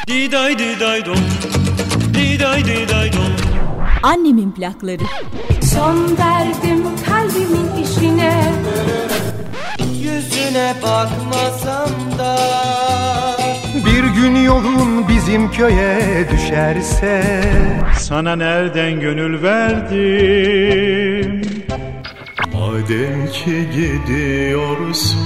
Diday diday dom, diday diday dom. Annemin plakları. Son verdim kalbimin işine. Yüzüne bakmasam da bir gün yolun bizim köye düşerse sana nereden gönül verdim? Madem ki gidiyorsun,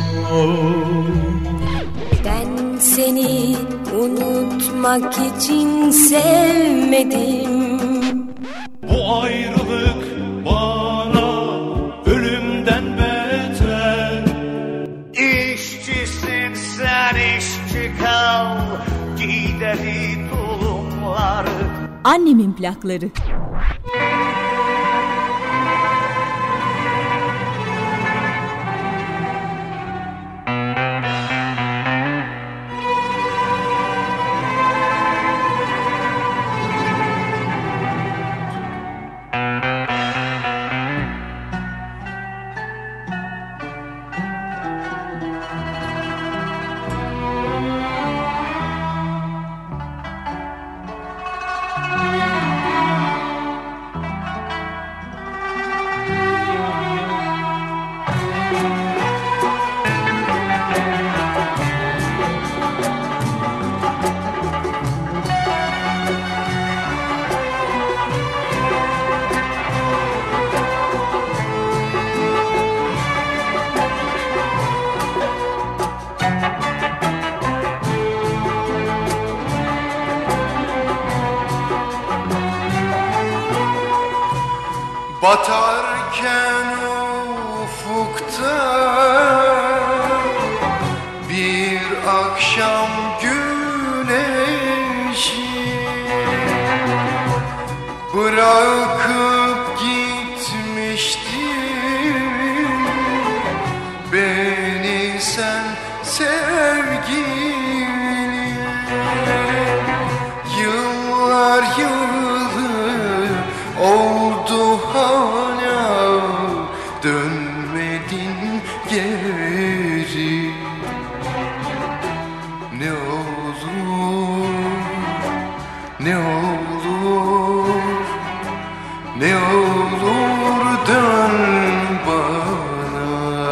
Ben seni unutmak için sevmedim. bu ayrılık bana ölümden beter. İşçisin sen, işçi kal, gideri tulumları. Annemin plakları. Batarken ufukta bir akşam güneşi bırakıp gitmiştin beni sen sevgili. Yıllar yılı oldu hala dönmedin geri. Ne olur, ne olur, ne olur dön bana.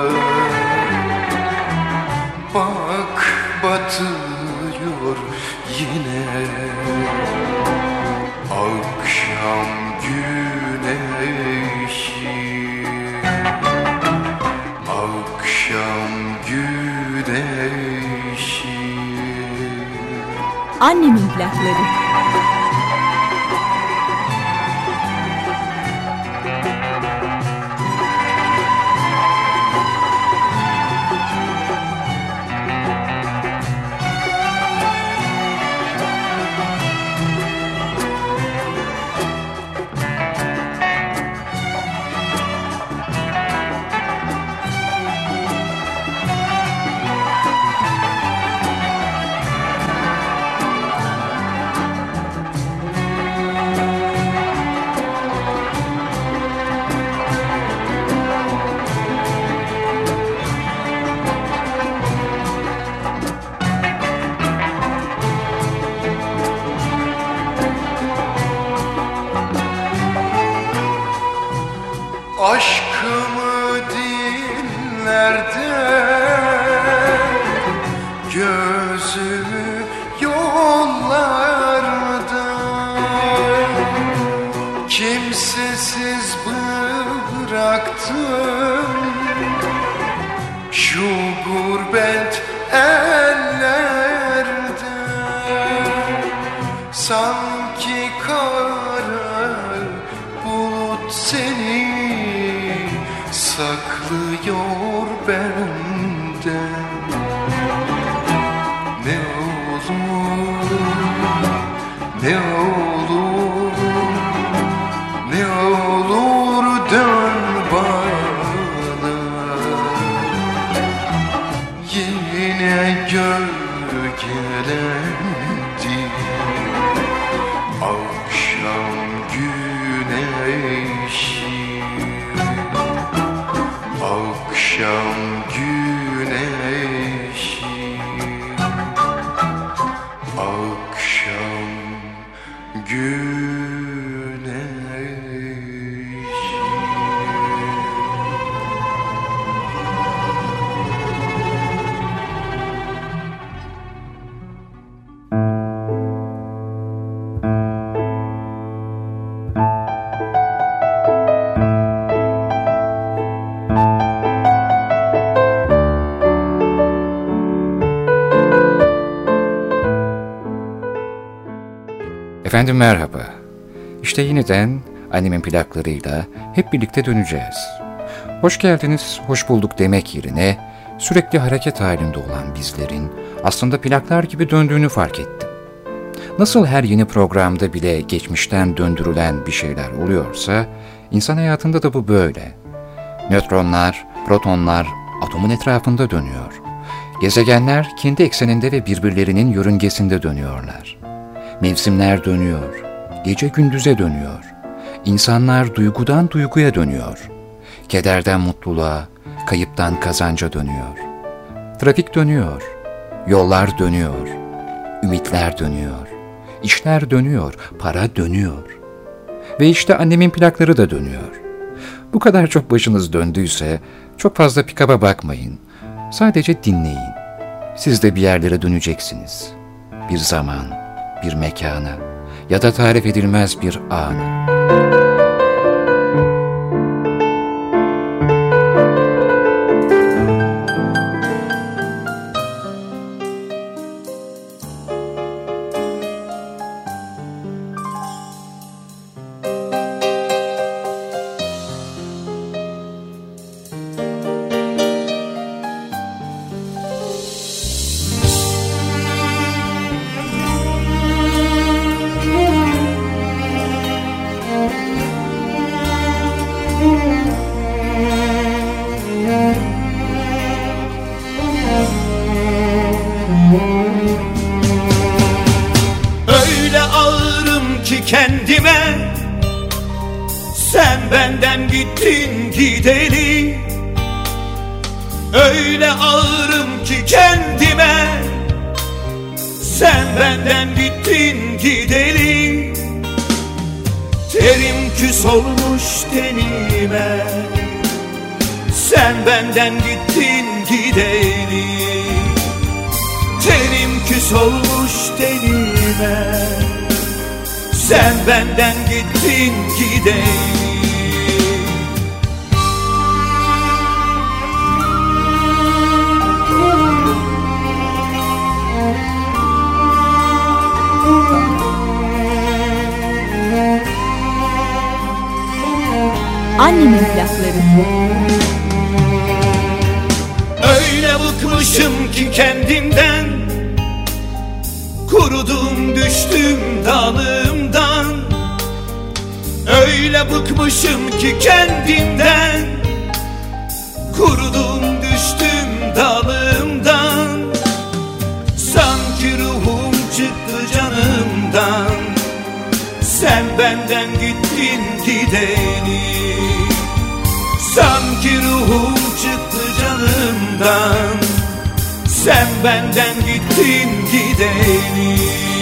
Bak batıyor yine akşam güneşi. Akşam güneşi. Annemin plakları. Aşkımı dinlerde gözümü yollarda kimsesiz bıraktım şu gurbet ellerde. Sanki kara bulut seni saklıyor benden. Ne olur, ne olur, ne olur dön bana. Yine gölgelendi akşam güneşi. Akşam güneşi. Akşam Efendim merhaba. İşte yeniden annemin plaklarıyla hep birlikte döneceğiz. Hoş geldiniz, hoş bulduk demek yerine sürekli hareket halinde olan bizlerin aslında plaklar gibi döndüğünü fark ettim. Nasıl her yeni programda bile geçmişten döndürülen bir şeyler oluyorsa, insan hayatında da bu böyle. Nötronlar, protonlar atomun etrafında dönüyor. Gezegenler kendi ekseninde ve birbirlerinin yörüngesinde dönüyorlar. Mevsimler dönüyor, gece gündüze dönüyor. İnsanlar duygudan duyguya dönüyor. Kederden mutluluğa, kayıptan kazanca dönüyor. Trafik dönüyor, yollar dönüyor, ümitler dönüyor, işler dönüyor, para dönüyor. Ve işte annemin plakları da dönüyor. Bu kadar çok başınız döndüyse çok fazla pick-up'a bakmayın. Sadece dinleyin. Siz de bir yerlere döneceksiniz. Bir zaman, bir mekana ya da tarif edilmez bir ana. Öyle ağırım ki kendime, sen benden gittin gideli. Öyle ağırım ki kendime, sen benden gittin gideli. Terim küs olmuş tenime, sen benden gittin gideli. Terim küs olmuş tenime, sen benden gittin gideli. Annemin plakları. Öyle bıkmışım ki kendimden, kurudum düştüm dalımdan. Öyle bıkmışım ki kendimden, kurudum düştüm dalımdan. Sanki ruhum çıktı canımdan, sen benden gittin gideli. Sanki ruhum çıktı canımdan, sen benden gittin gideli.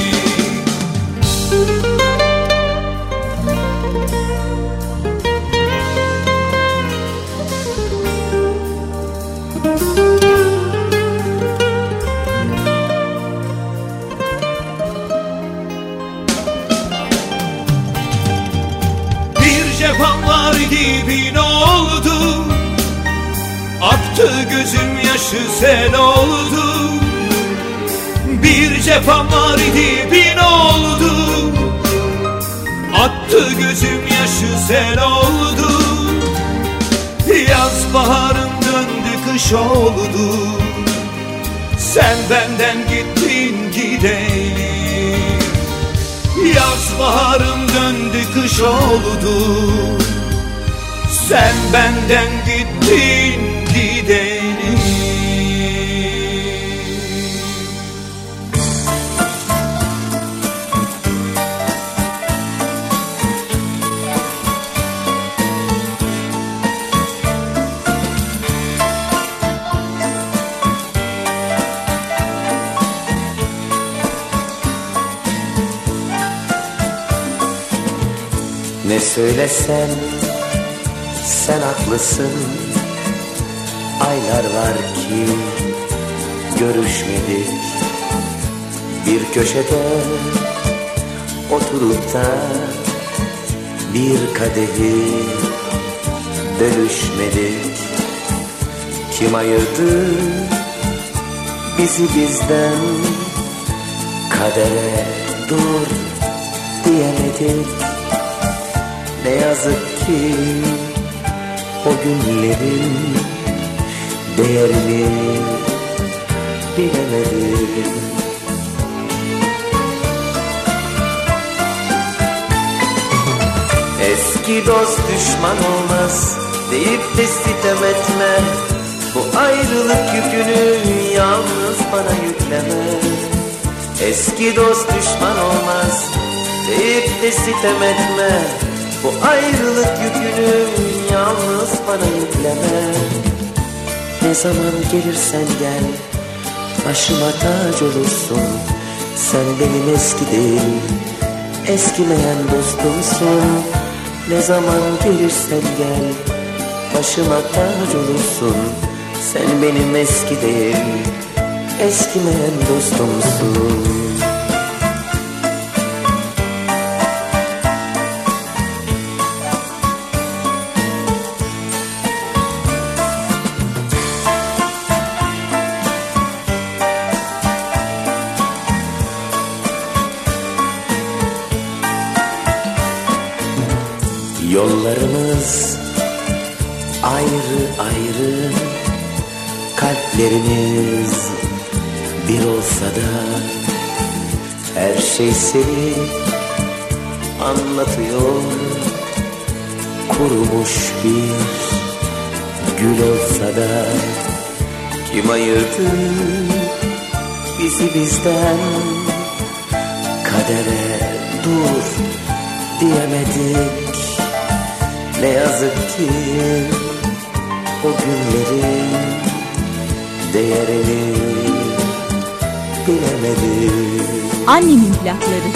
Bir cefam var gibi ne oldu? Aktı gözüm yaşı sel oldu. Bir cefam var idi bin oldu. Attı gözüm yaşı sel oldu. Yaz baharım döndü kış oldu. Sen benden gittin gideli. Yaz baharım döndü kış oldu. Sen benden gittin gideli. Ne söylesen sen haklısın. Aylar var ki görüşmedik. Bir köşede oturup da bir kadehi bölüşmedik. Kim ayırdı bizi bizden? Kadere dur diyemedik. Ne yazık ki o günlerin değerini bilemedim. Eski dost düşman olmaz deyip de sitem etme. Bu ayrılık yükünü yalnız bana yükleme. Eski dost düşman olmaz deyip de sitem etme. Bu ayrılık yükünü yalnız bana yükleme. Ne zaman gelirsen gel, başıma tac olursun. Sen benim eski değil, eskimeyen dostumsun. Ne zaman gelirsen gel, başıma tac olursun. Sen benim eski değil, eskimeyen dostumsun. Yollarımız ayrı ayrı, kalplerimiz bir olsa da her şey seni anlatıyor. Kurumuş bir gül olsa da kim ayırdı bizi bizden? Kadere dur diyemedik. Ne yazık ki o günlerin değerini bilemedim. Annemin plakları.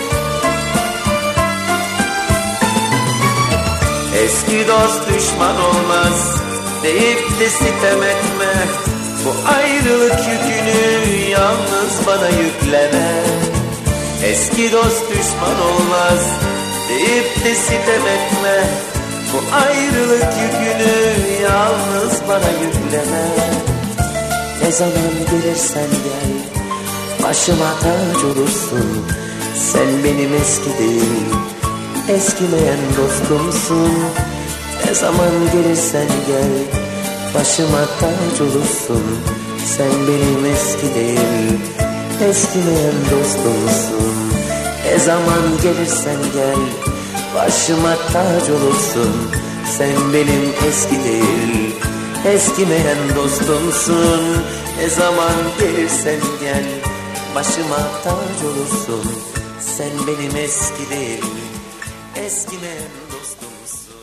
Eski dost düşman olmaz deyip de sitem etme. Bu ayrılık yükünü yalnız bana yükleme. Eski dost düşman olmaz deyip de sitem etme. Bu ayrılık yükünü yalnız bana yükleme. Ne zaman gelirsen gel, başıma tac olursun. Sen benim eski değil, eskimeyen dostumsun. Ne zaman gelirsen gel, başıma tac olursun. Sen benim eski değil, eskimeyen dostumsun. Ne zaman gelirsen gel, başıma tac olursun. Sen benim eski değil, eskimeyen dostumsun. Ne zaman gelirsen gel, başıma tac olursun. Sen benim eski değil, eskimeyen dostumsun.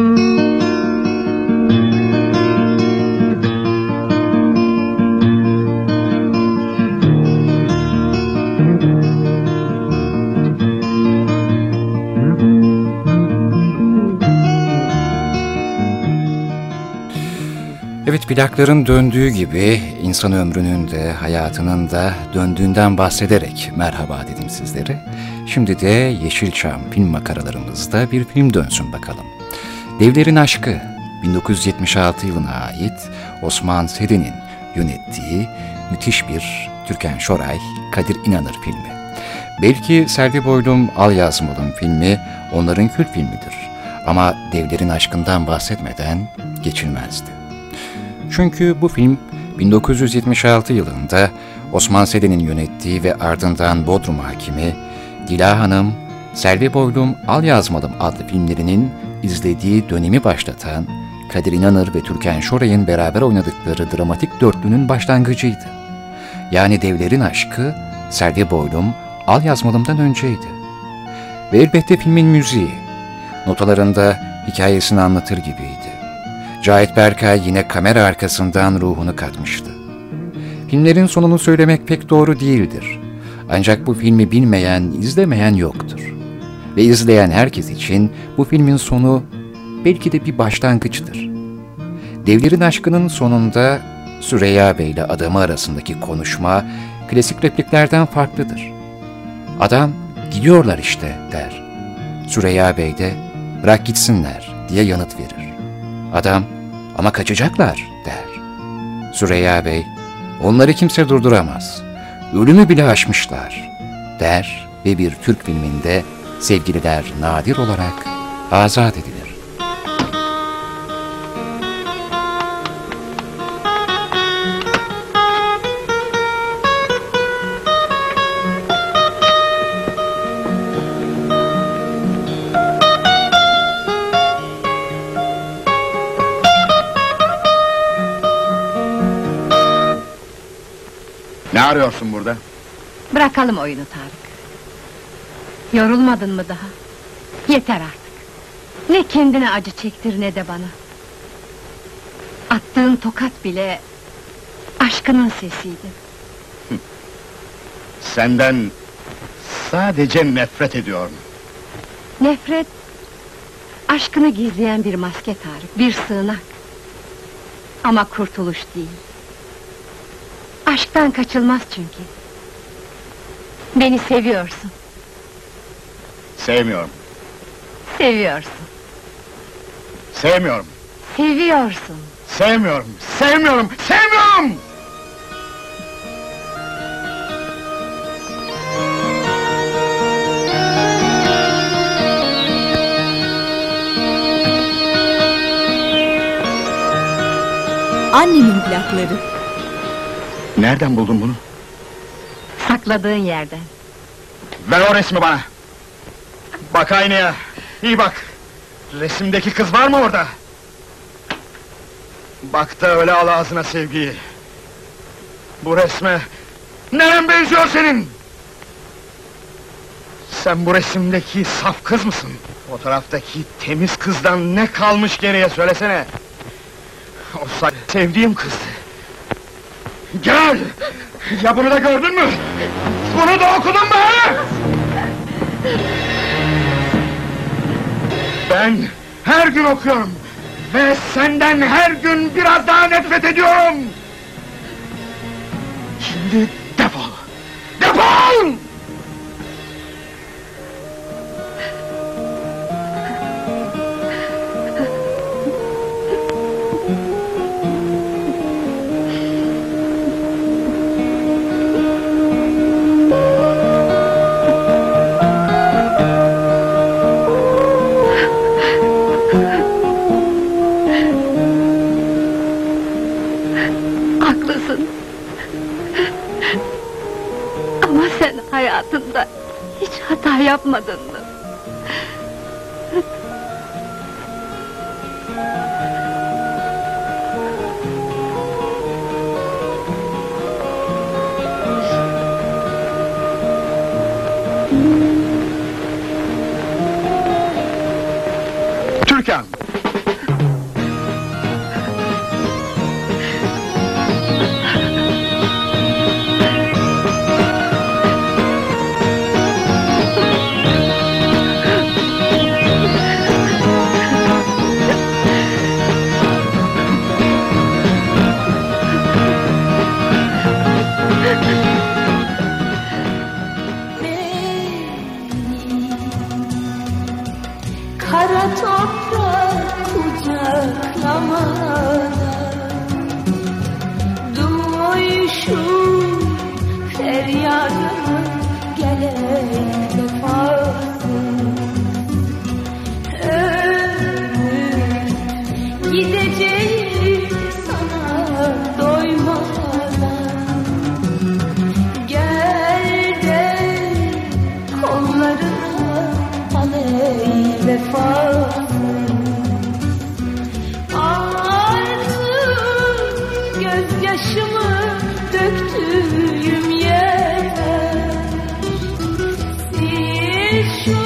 Evet, plakların döndüğü gibi insan ömrünün de hayatının da döndüğünden bahsederek merhaba dedim sizlere. Şimdi de Yeşilçam film makaralarımızda bir film dönsün bakalım. Devlerin Aşkı, 1976 yılına ait Osman Serin'in yönettiği müthiş bir Türkan Şoray, Kadir İnanır filmi. Belki Selvi Boylum, Al Yazmalım filmi onların kült filmidir. Ama Devlerin Aşkı'ndan bahsetmeden geçilmezdi. Çünkü bu film 1976 yılında Osman Serin'in yönettiği ve ardından Bodrum Hakimi, Dila Hanım, Selvi Boylum, Al Yazmalım adlı filmlerinin izlediği dönemi başlatan Kadir İnanır ve Türkan Şoray'ın beraber oynadıkları dramatik dörtlünün başlangıcıydı. Yani Devlerin Aşkı, Selvi Boylum, Al Yazmalım'dan önceydi. Ve elbette filmin müziği, notalarında hikayesini anlatır gibiydi. Cahit Berkay yine kamera arkasından ruhunu katmıştı. Filmlerin sonunu söylemek pek doğru değildir. Ancak bu filmi bilmeyen, izlemeyen yoktur. Ve izleyen herkes için bu filmin sonu belki de bir başlangıçtır. Devlerin Aşkı'nın sonunda Süreyya Bey ile adamı arasındaki konuşma klasik repliklerden farklıdır. Adam, gidiyorlar işte der. Süreyya Bey de bırak gitsinler diye yanıt verir. Adam, ama kaçacaklar der. Süreyya Bey, onları kimse durduramaz. Ölümü bile aşmışlar der ve bir Türk filminde sevgililer nadir olarak azat edilir. Ne arıyorsun burada? Bırakalım oyunu Tarık. Yorulmadın mı daha? Yeter artık. Ne kendine acı çektir ne de bana. Attığın tokat bile aşkının sesiydi. Senden sadece nefret ediyorum. Nefret, aşkını gizleyen bir maske Tarık, bir sığınak. Ama kurtuluş değil. Aşktan kaçılmaz çünkü. Beni seviyorsun. Sevmiyorum. Seviyorsun. Sevmiyorum. Seviyorsun. Sevmiyorum. Sevmiyorum. Sevmiyorum. Annemin plakları. Nereden buldun bunu? Sakladığın yerden. Ver o resmi bana. Bak aynaya. İyi bak. Resimdeki kız var mı orada? Bak da öyle al ağzına sevgiyi. Bu resme neren benziyor senin? Sen bu resimdeki saf kız mısın? Fotoğraftaki temiz kızdan ne kalmış geriye söylesene. O sevdiğim kızdı. Gel! Ya bunu da gördün mü? Bunu da okudun mu? Ben her gün okuyorum. Ve senden her gün biraz daha nefret ediyorum. Şimdi defol! Defol! Haklısın. Ama sen hayatında hiç hata yapmadın mı? Türkan! Kara toprak kucaklamada duymuşum feryadımı gerek vefasın. Ömür gideceğim sana doymadan. Gel de kollarına al ey vefasın. Artık gözyaşımı döktüğüm yer, sil şu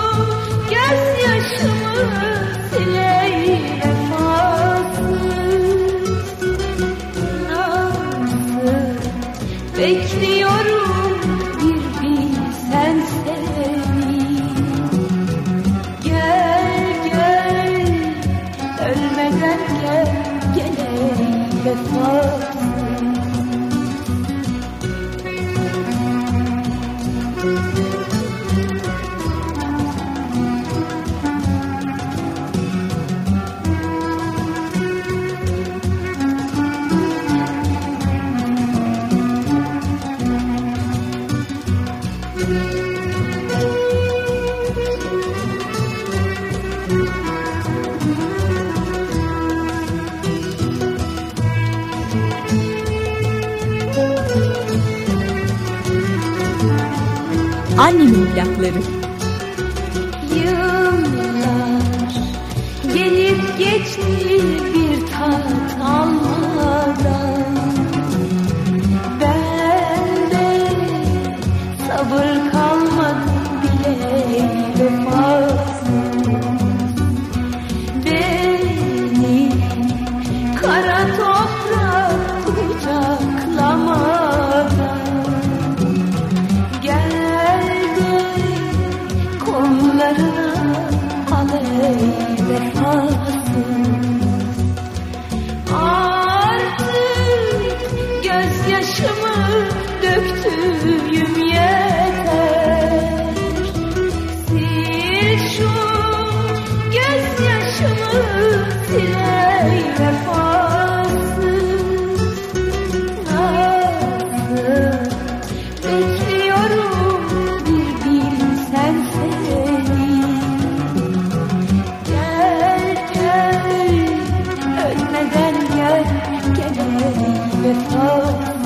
gözyaşımı, sil ey vefasın. Nasıl bekliyorum bir bilsen seni. Gel gel, ölmeden gel ey vefasın. Annemin plakları. Yıllar gelip geçti bir tat almadan. Bende sabır kalmadı bile vefasız. Beni kara toprak kucaklamadan. Kollarına alev vefasız. Artık gözyaşımı döktüğüm yeter. Sil şu gözyaşımı, siley vefasız. Nasıl bekliyorum bir bilsen seni. Gel gel, ölmeden gel, gel ey vefasız.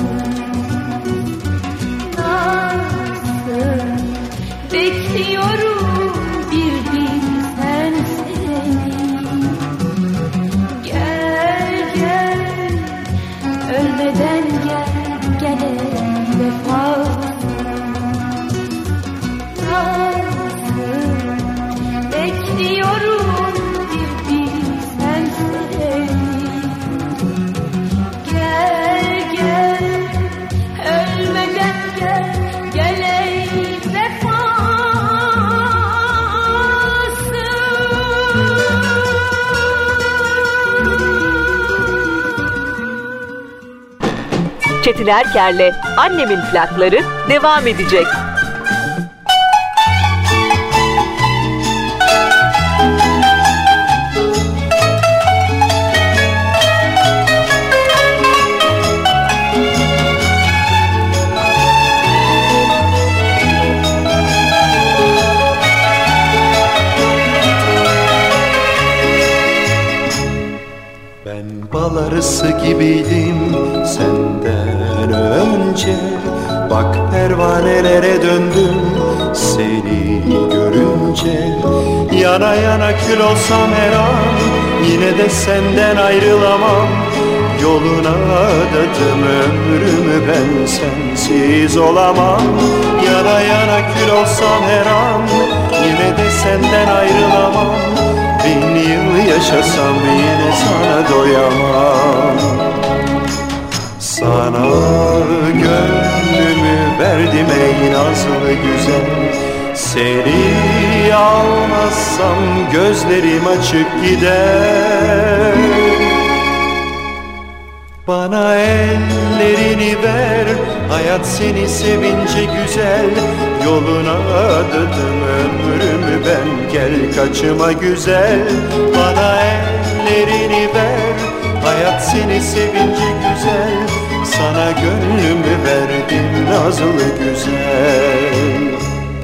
Nasıl bekliyorum bir bilsen seni. Gel gel, ölmeden gel, gel ey vefasız. Bekliyorum bir bilsen seni. Gel gel, ölmeden gel, gel ey Çetin Erker'le Annemin plakları devam edecek. Bal arısı gibiydim senden önce. Bak pervanelere döndüm seni görünce. Yana yana kül olsam her an, yine de senden ayrılamam. Yoluna adadım ömrümü, ben sensiz olamam. Yana yana kül olsam her an, yine de senden ayrılamam. 1000 yıl yaşasam yine sana doyamam. Sana gönlümü verdim ey nazlı güzel. Seni almazsam gözlerim açık gider. Bana ellerini ver, hayat seni sevince güzel. Yoluna adadım ömrümü ben, gel kaçıma güzel. Bana ellerini ver, hayat seni sevince güzel. Sana gönlümü verdim nazlı güzel.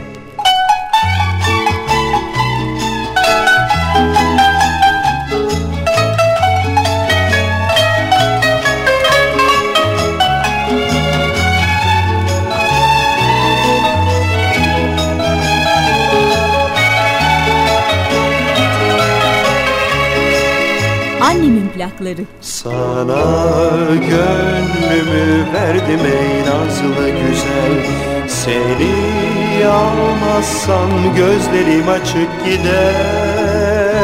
Annemin plakları. Sana gönlümü verdim ey nazlı güzel. Seni almazsam gözlerim açık gider.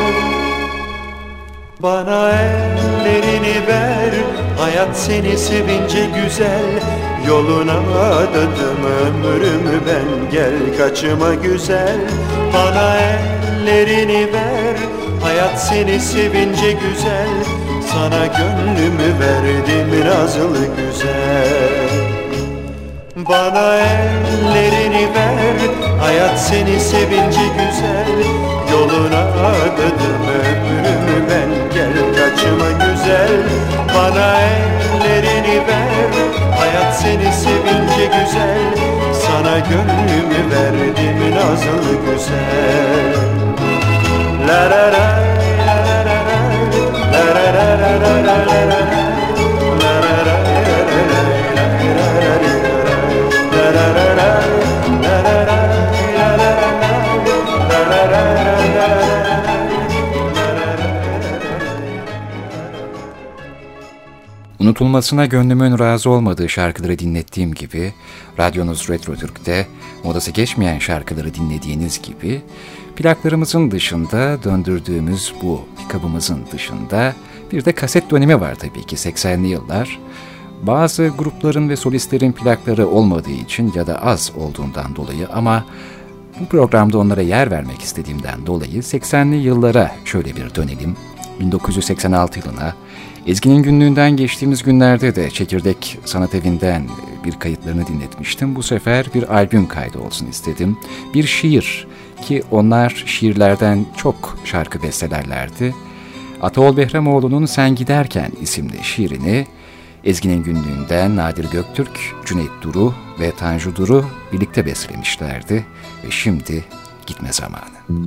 Bana ellerini ver, hayat seni sevince güzel. Yoluna adadım ömrümü ben, gel kaçıma güzel. Bana ellerini ver, hayat seni sevince güzel. Sana gönlümü verdim nazlı güzel. Bana ellerini ver, hayat seni sevince güzel. Yoluna adadım ömrümü ben, gel kaçıma güzel. Bana ellerini ver, hayat seni sevince güzel. Sana gönlümü verdim nazlı güzel. La la la la la la la la la la la la. La la la unutulmasına gönlümün razı olmadığı şarkıları dinlettiğim gibi, radyonuz Retro Türk'te modası geçmeyen şarkıları dinlediğiniz gibi, plaklarımızın dışında, döndürdüğümüz bu pikabımızın dışında bir de kaset dönemi var tabii ki 80'li yıllar. Bazı grupların ve solistlerin plakları olmadığı için ya da az olduğundan dolayı ama bu programda onlara yer vermek istediğimden dolayı 80'li yıllara şöyle bir dönelim. 1986 yılına, Ezgi'nin günlüğünden geçtiğimiz günlerde de Çekirdek Sanat Evi'nden bir kayıtlarını dinletmiştim. Bu sefer bir albüm kaydı olsun istedim. Bir şiir ki onlar şiirlerden çok şarkı bestelerlerdi. Ataol Behramoğlu'nun Sen Giderken isimli şiirini Ezgi'nin günlüğünden Nadir Göktürk, Cüneyt Duru ve Tanju Duru birlikte bestelemişlerdi. Ve şimdi gitme zamanı.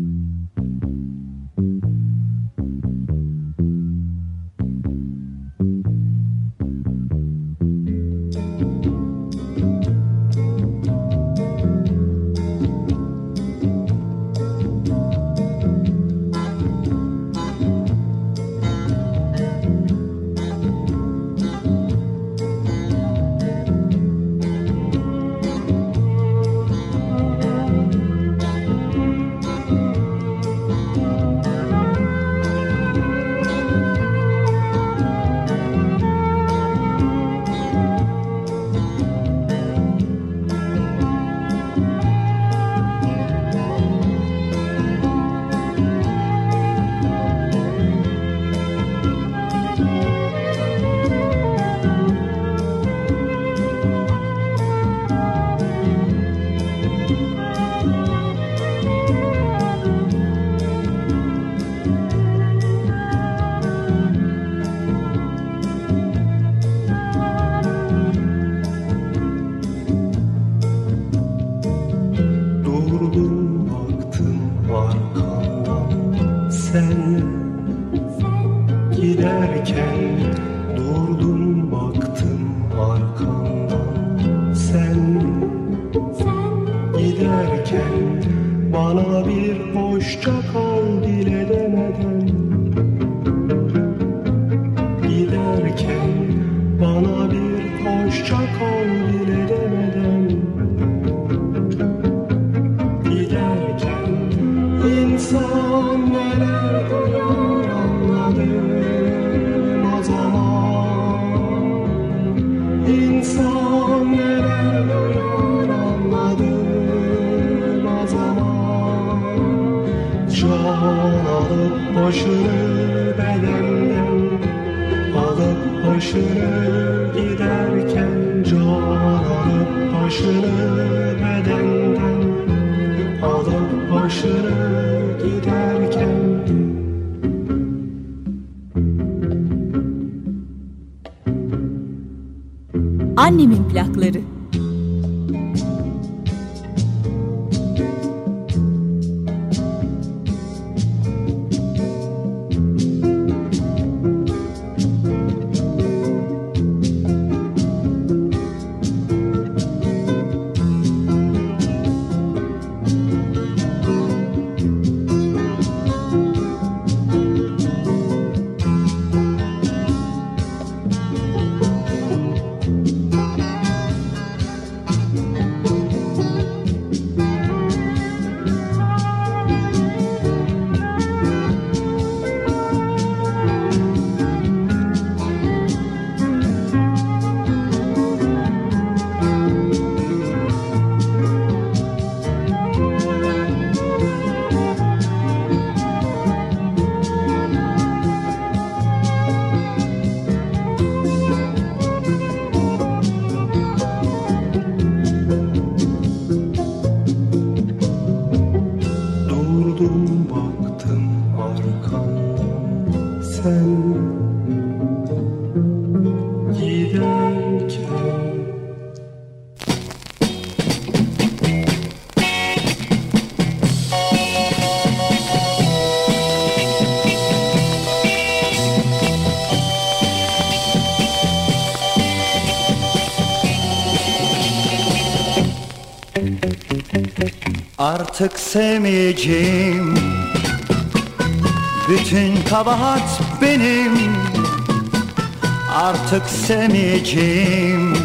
Annemin plakları. Artık sevmeyeceğim, bütün kabahat benim. artık sevmeyeceğim.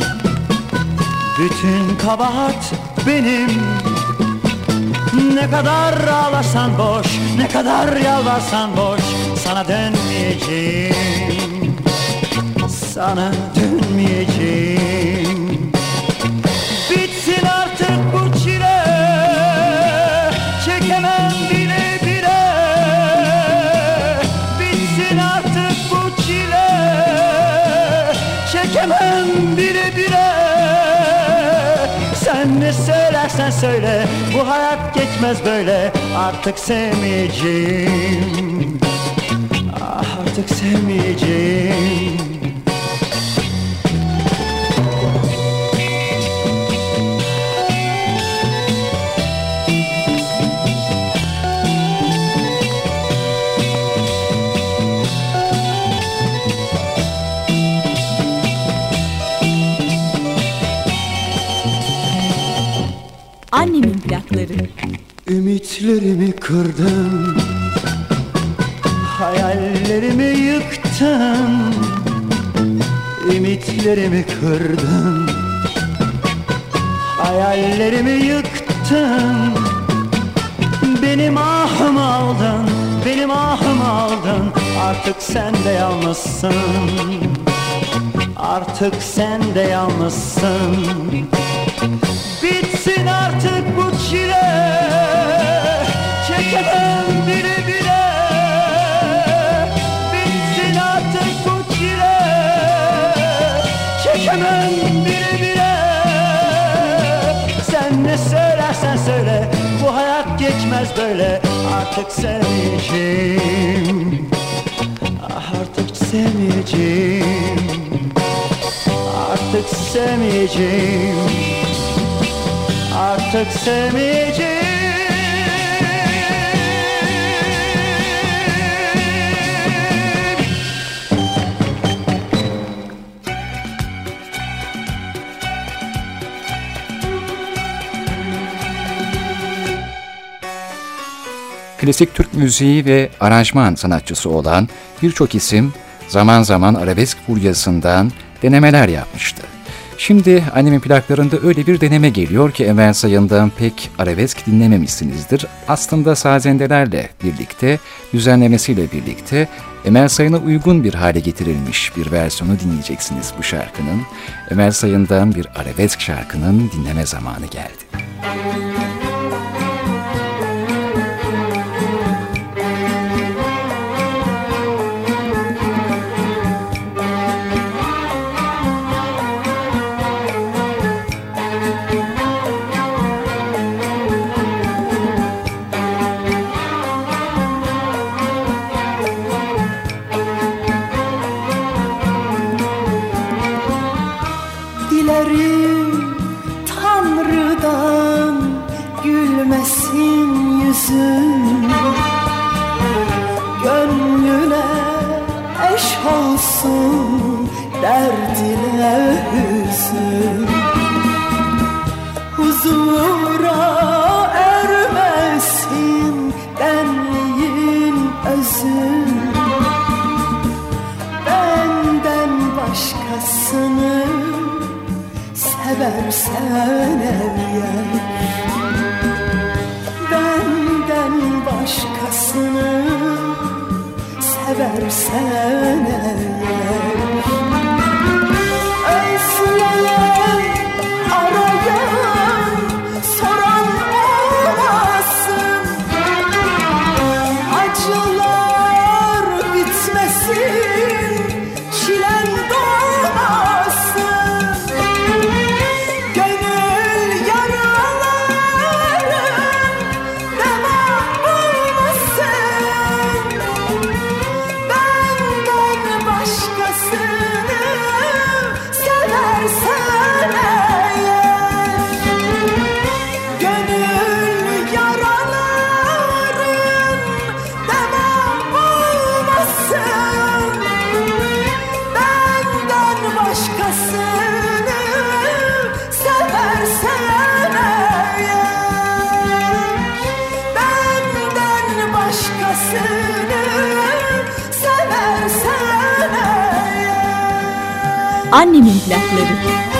Bütün kabahat benim. Ne kadar ağlarsan boş, ne kadar yalvarsan boş, sana dönmeyeceğim, sana dönmeyeceğim. Bitsin artık bu çile, çekemem bile bile. Bitsin artık bu çile, çekemem bile bile. Sen ne söylersen söyle, bu hayat geçmez böyle. Artık sevmeyeceğim, ah artık sevmeyeceğim. Annemin plakları. Ümitlerimi kırdın, hayallerimi yıktın. Ümitlerimi kırdın, hayallerimi yıktın. Benim ahımı aldın, benim ahımı aldın. Artık sen de yalnızsın, artık sen de yalnızsın. Bitsin artık bu çile, çekemem bile bile. Bitsin artık bu çile, çekemem bile bile. Sen ne söylersen söyle, bu hayat geçmez böyle. Artık sevmeyeceğim, ah artık sevmeyeceğim, artık sevmeyeceğim, artık sevmeyeceğim. Klasik Türk müziği ve aranjman sanatçısı olan birçok isim zaman zaman arabesk furyasından denemeler yapmıştı. Şimdi annemin plaklarında öyle bir deneme geliyor ki Emel Sayın'dan pek arabesk dinlememişsinizdir. Aslında sazendelerle birlikte, düzenlemesiyle birlikte Emel Sayın'a uygun bir hale getirilmiş bir versiyonu dinleyeceksiniz bu şarkının. Emel Sayın'dan bir arabesk şarkının dinleme zamanı geldi. Dilerim Tanrı'dan gülmesin yüzün, gönlüne eş olsun derdine hüzün. Huzura ermesin benliğin özün, benden başkasını seversen eğer, benden başkasını seversen eğer. Özleyen, arayan, soran olmasın, acılar bitmesin, çilen doğmasın. Gönül yaraların deva olmasın, benden başkası Annemin plakları.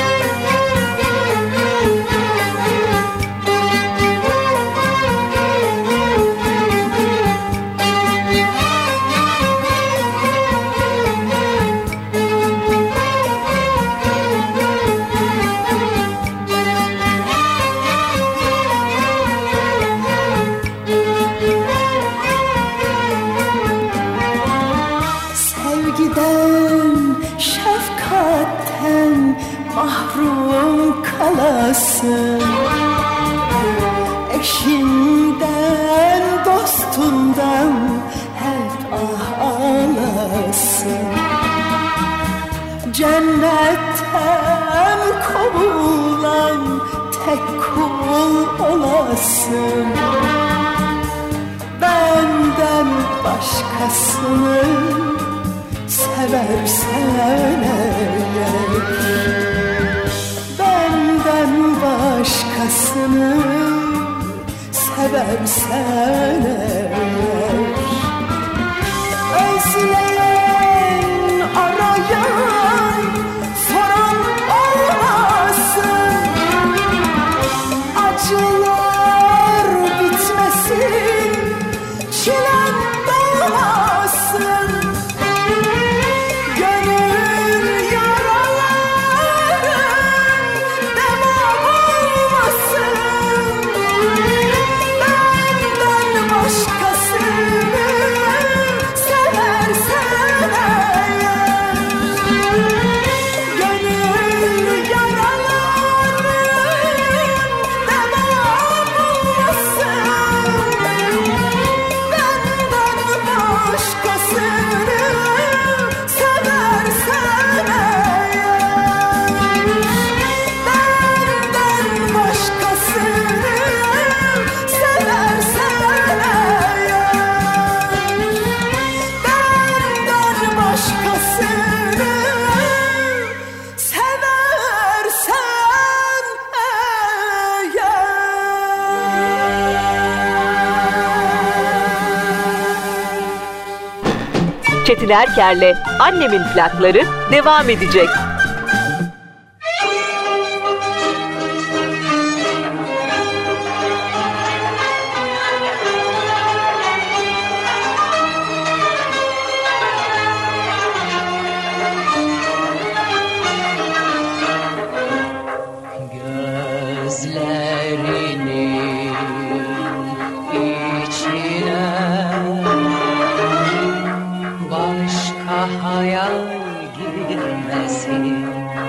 Sevgiden, şefkatten mahrum kalasın. Eşinden, dostundan hep ağlasın. Cennetten kovulan tek kul olasın. Benden başkasını seversen eğer, benden başkasını seversen eğer, özleyen, arayan, soran olmasın. Acılar bitmesin, çilem dolmasın. Gönül yaraların devam olmasın. Benden başkasını seversen eğer, gönül yaraların devam olmasın. Benden başkasını seversen eğer, benden başkasını seversen eğer, benden başkasını seversen Çetin Erker'le Annemin plakları devam edecek. Gözlerinin içine başka hayal girmesin.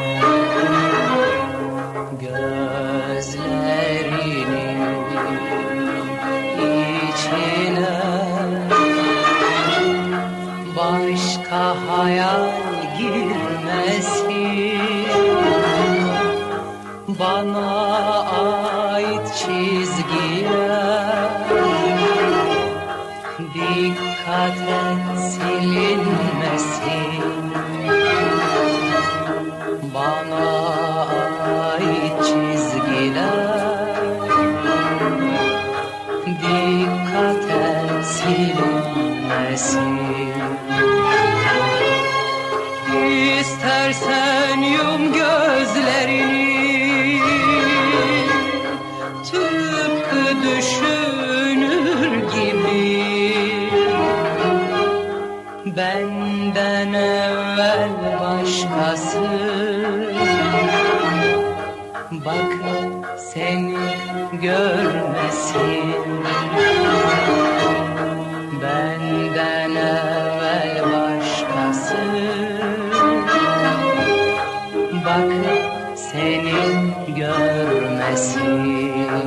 Gözlerinin içine başka hayal girmesin. Bana ait çizgiler dikkat et silinmesin. Bana ait çizgiler dikkat et silinmesin. İstersen yum gözlerini, tıpkı düşünür gibi. Benden evvel başkası bakıp seni görmesin. Benden evvel başkası bakıp seni görmesin.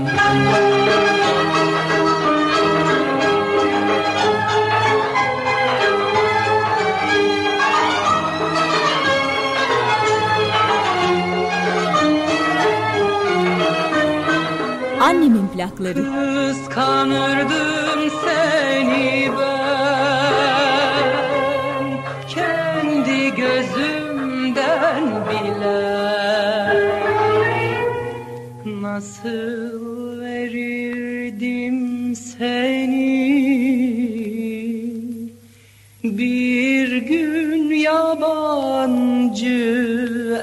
Annemin plakları. Kıskanırdım seni ben, kendi gözümden bile. Nasıl verirdim seni bir gün yabancı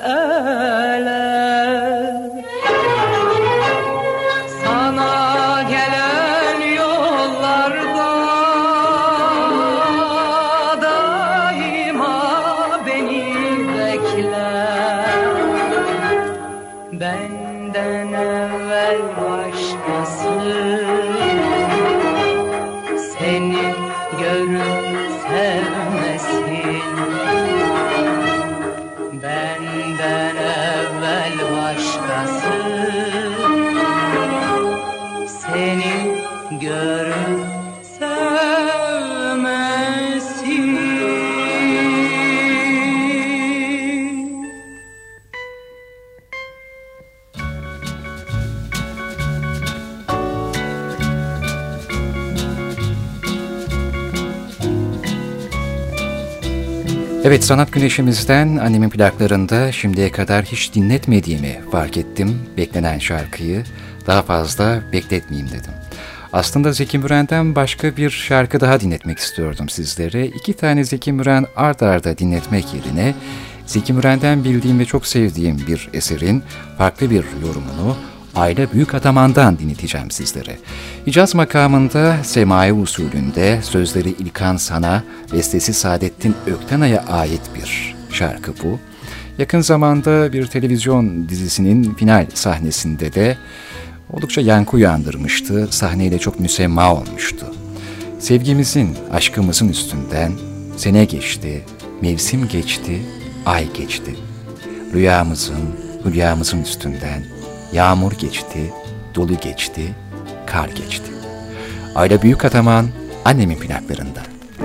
görüp sevmesi. Evet, Sanat Güneşimizden annemin plaklarında şimdiye kadar hiç dinletmediğimi fark ettim. Beklenen şarkıyı daha fazla bekletmeyeyim dedim. Aslında Zeki Müren'den başka bir şarkı daha dinletmek istiyordum sizlere. 2 tane Zeki Müren art arda dinletmek yerine Zeki Müren'den bildiğim ve çok sevdiğim bir eserin farklı bir yorumunu Ayla Büyükataman'dan dinleteceğim sizlere. Hicaz makamında semai usulünde, sözleri İlkan Sana, bestesi Saadettin Öktenay'a ait bir şarkı bu. Yakın zamanda bir televizyon dizisinin final sahnesinde de oldukça yankı uyandırmıştı, sahneyle çok müsemma olmuştu. Sevgimizin, aşkımızın üstünden sene geçti, mevsim geçti, ay geçti. Rüyamızın üstünden yağmur geçti, dolu geçti, kar geçti. Ayla Büyükataman annemin plaklarında.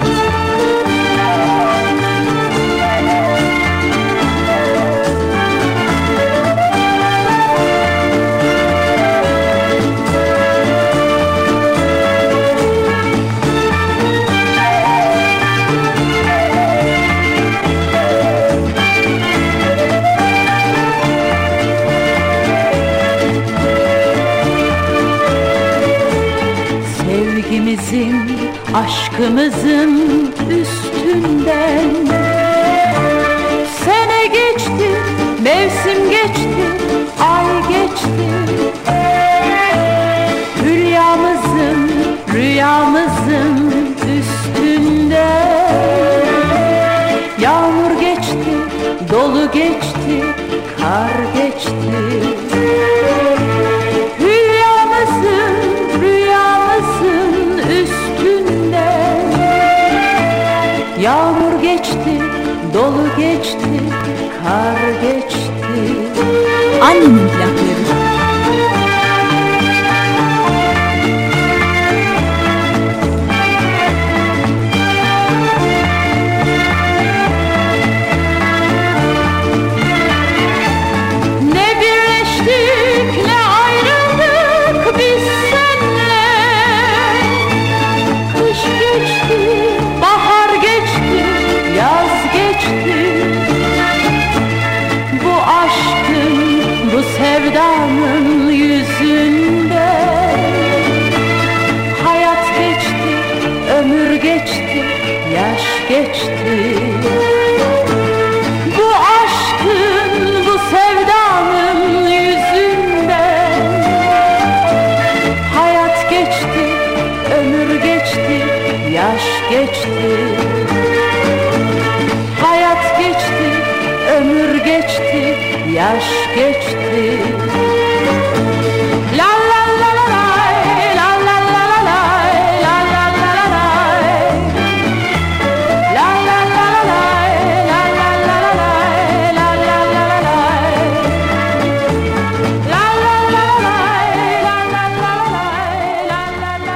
Aşkımızın üstünden sene geçti, mevsim geçti, ay geçti. Rüyamızın üstünden yağmur geçti, dolu geçti, kar geçti. Rüyamızın üstünden yağmur geçti, dolu geçti, kar geçti. Annemin plakları. Sevdanın yüzünden hayat geçti, ömür geçti, yaş geçti. Bu aşkın, bu sevdanın yüzünden hayat geçti, ömür geçti, yaş geçti. Hayat geçti, ömür geçti, yaş geçti. La la la la la, la la la la la, la la la la la, la la la la la, la la la la la, la la la la la, la la la la la, la la la la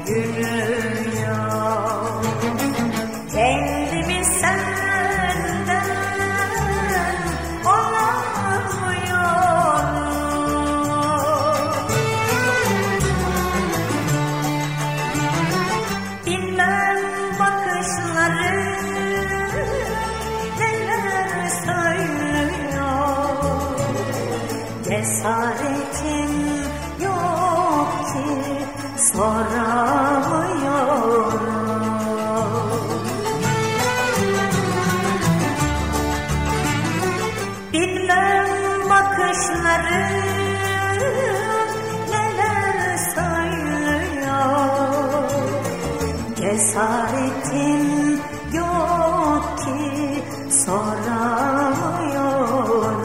yürüyor. Kendimi senden alamıyorum. Bilmem bakışları neler söylüyor. Cesaretim yok ki soramıyorum. Bilmem bakışları neler söylüyor. Cesaretim yok ki soramıyorum.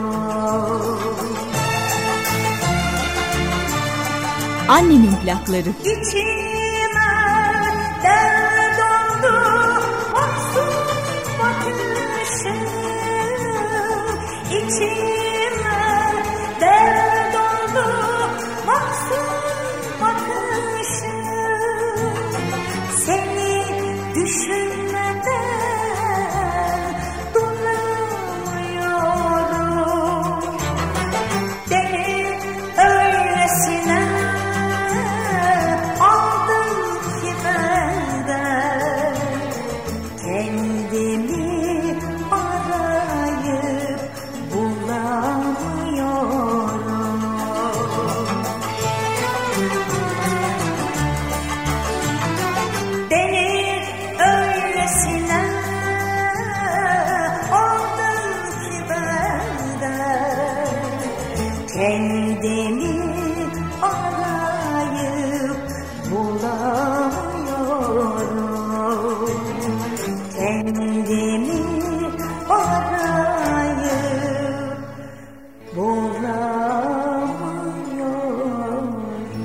Annemin plakları. İçime dert oldu, olsun bakışım. İçime dert oldu, olsun bakışım. Seni düşünmeden duramıyorum. Beni öylesine aldın ki benden, kendimi arayıp bulamıyorum. Beni öylesine aldın ki benden, kendimi arayıp bulamıyorum. Kendimi arayıp bulamıyorum.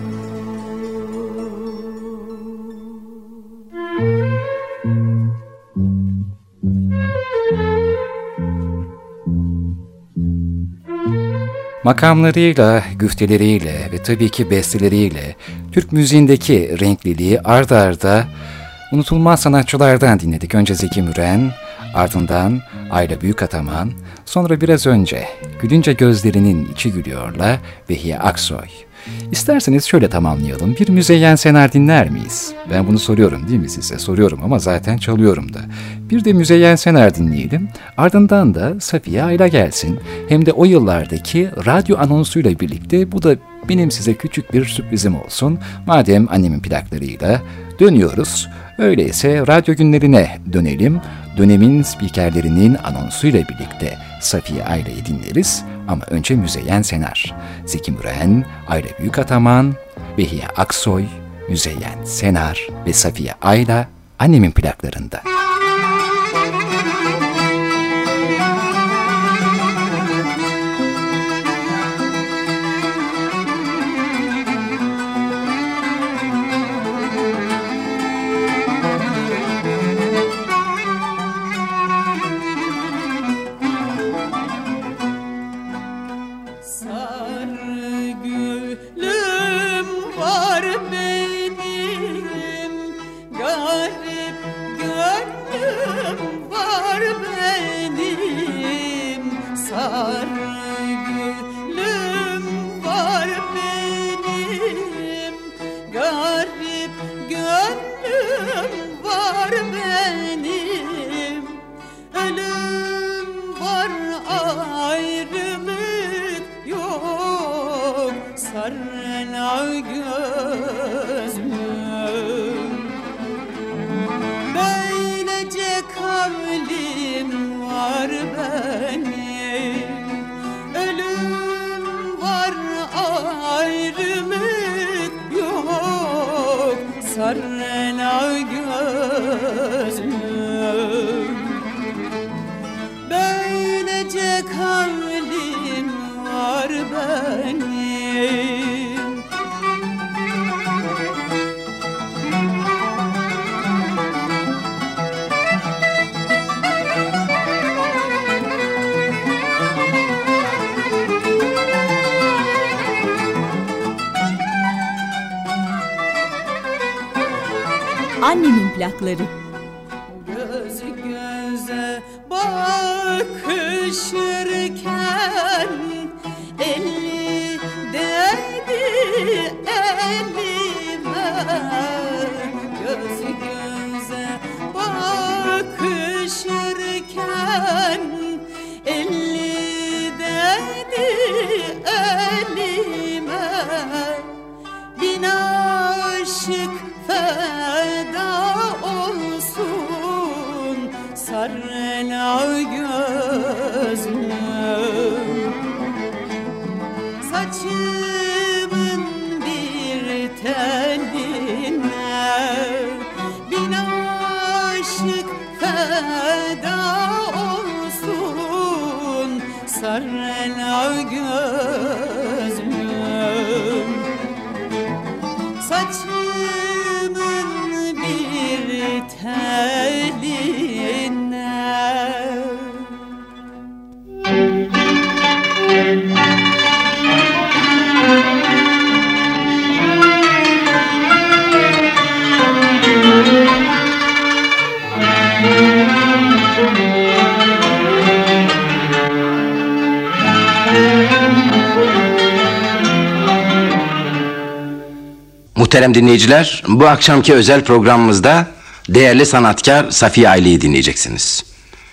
Makamlarıyla, güfteleriyle ve tabii ki besteleriyle Türk müziğindeki renkliliği ard arda unutulmaz sanatçılardan dinledik. Önce Zeki Müren, ardından Ayla Büyükataman, sonra biraz önce Gülünce Gözlerinin içi Gülüyor'la Behiye Aksoy. İsterseniz şöyle tamamlayalım. Bir Müzeyyen Senar dinler miyiz? Ben bunu soruyorum değil mi size? Soruyorum ama zaten çalıyorum da. Bir de Müzeyyen Senar dinleyelim. Ardından da Safiye Ayla gelsin. Hem de o yıllardaki radyo anonsuyla birlikte bu da benim size küçük bir sürprizim olsun. Madem annemin plaklarıyla dönüyoruz. Öyleyse radyo günlerine dönelim. Dönemin spikerlerinin anonsuyla birlikte Safiye Ayla'yı dinleriz. Ama önce Müzeyyen Senar, Zeki Müren, Ayla Büyükataman, Behiye Aksoy, Müzeyyen Senar ve Safiye Ayla annemin plaklarında. Böylece kavlim var benim. Annemin plakları. Göz göze bakışırken eli değdi elime. Göz göze bakışırken eli değdi elime. Bin aşık feda olsun sarıla gözlüm. Saçımın bir teline bin aşık feda olsun sarıla gözlüm. Saçımın bir teline. Muhterem dinleyiciler, bu akşamki özel programımızda değerli sanatkar Safiye Aylı'yı dinleyeceksiniz.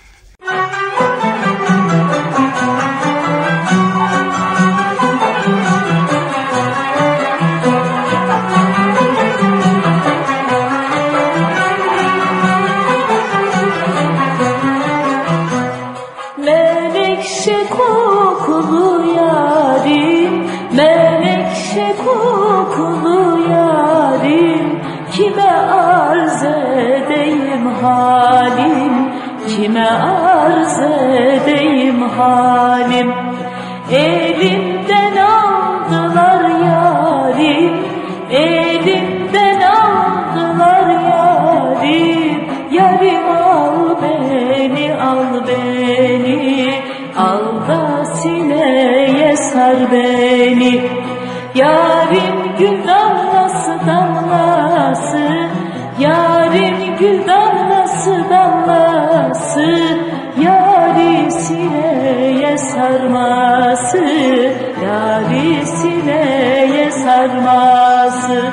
Menekşe kokulu yarim, menekşe kokulu yarim, kime arz edeyim halim, kime arz edeyim halim. Elimden aldılar yarim, elimden aldılar yarim. Yarim al beni, al beni, al da sineye sar beni. Yarim gül damlası damlası, yarim gül damlası damlası, yari sineye sarması, yari sineye sarması.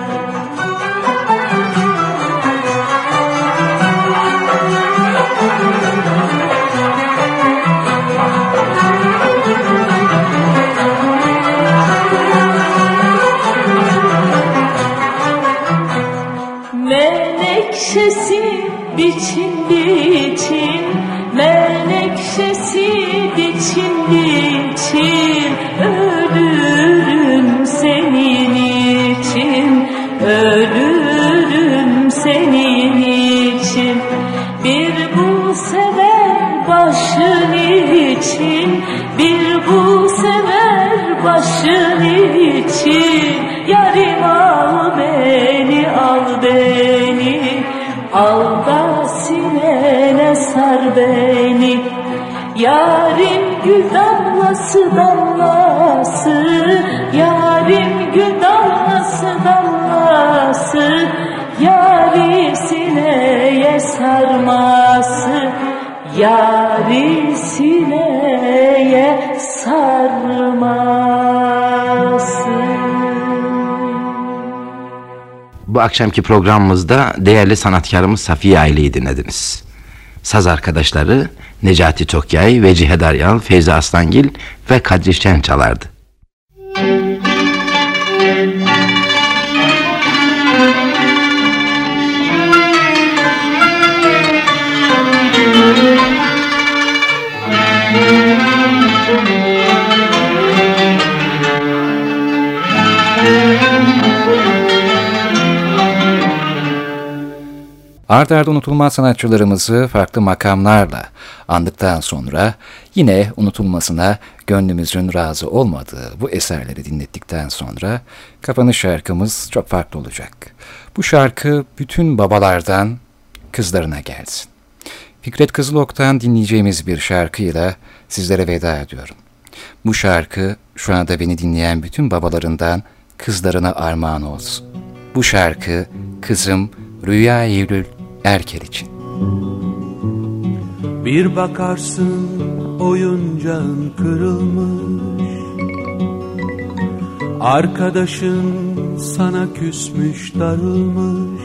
Menekşesi biçin biçin, menekşesi biçin biçin, ölürüm senin için, ölürüm senin için. Bir bu sever başın için, bir bu sever başın için. Yarim al beni, al beni, al da sinene sar beni. Yarim gül damlası damlası, yarim gül damlası damlası, yari sineye sarması, yari sineye sarması. Bu akşamki programımızda değerli sanatkarımız Safiye Aylı'yı dinlediniz. Saz arkadaşları Necati Tokyay, Vecihe Daryal, Feyzi Aslangil ve Kadri Şen çalardı. Art arda unutulmaz sanatçılarımızı farklı makamlarla andıktan sonra yine unutulmasına gönlümüzün razı olmadığı bu eserleri dinlettikten sonra kapanış şarkımız çok farklı olacak. Bu şarkı bütün babalardan kızlarına gelsin. Fikret Kızılok'tan dinleyeceğimiz bir şarkıyla sizlere veda ediyorum. Bu şarkı şu anda beni dinleyen bütün babalarından kızlarına armağan olsun. Bu şarkı kızım Rüya Eylül Erker için. Bir bakarsın oyuncağın kırılmış, arkadaşın sana küsmüş, darılmış,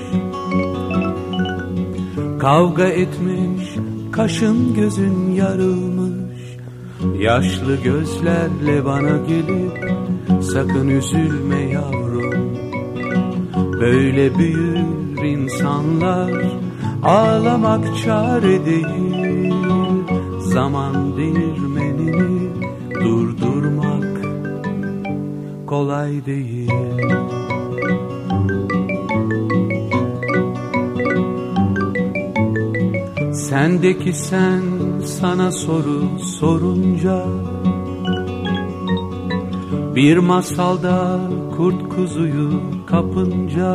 kavga etmiş, kaşın gözün yarılmış. Yaşlı gözlerle bana gelip sakın üzülme yavrum, böyle büyür insanlar, ağlamak çare değil. Zaman değirmenini durdurmak kolay değil. Sendeki sen sana soru sorunca, bir masalda kurt kuzuyu kapınca,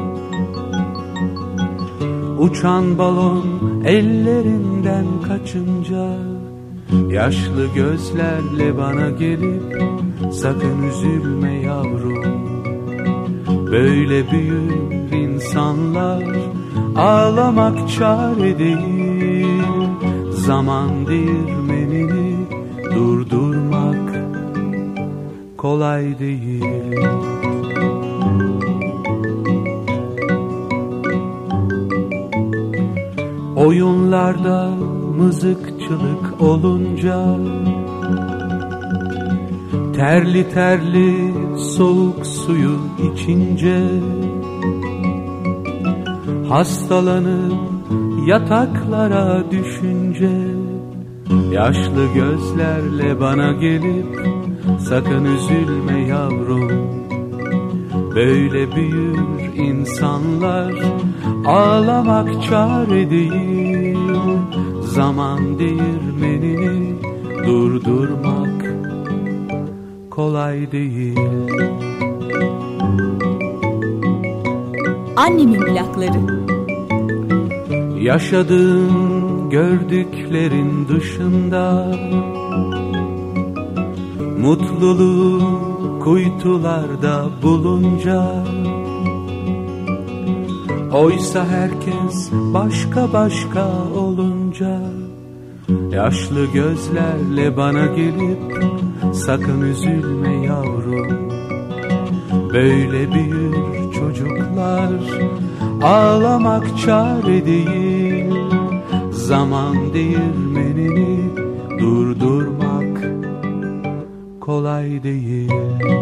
uçan balon ellerinden kaçınca, yaşlı gözlerle bana gelip sakın üzülme yavrum, böyle büyür insanlar, ağlamak çare değil. Zaman değirmenini durdurmak kolay değil. Oyunlarda mızıkçılık olunca, terli terli soğuk suyu içince, hastalanıp yataklara düşünce, yaşlı gözlerle bana gelip sakın üzülme yavrum, böyle büyür insanlar, ağlamak çare değil. Zaman değirmenini durdurmak kolay değil. Annemin plakları. Yaşadığın gördüklerin dışında, mutluluğu kuytularda bulunca, oysa herkes başka başka olunca, yaşlı gözlerle bana gelip sakın üzülme yavrum, böyle büyür çocuklar, ağlamak çare değil. Zaman değirmenini durdurmak kolay değil.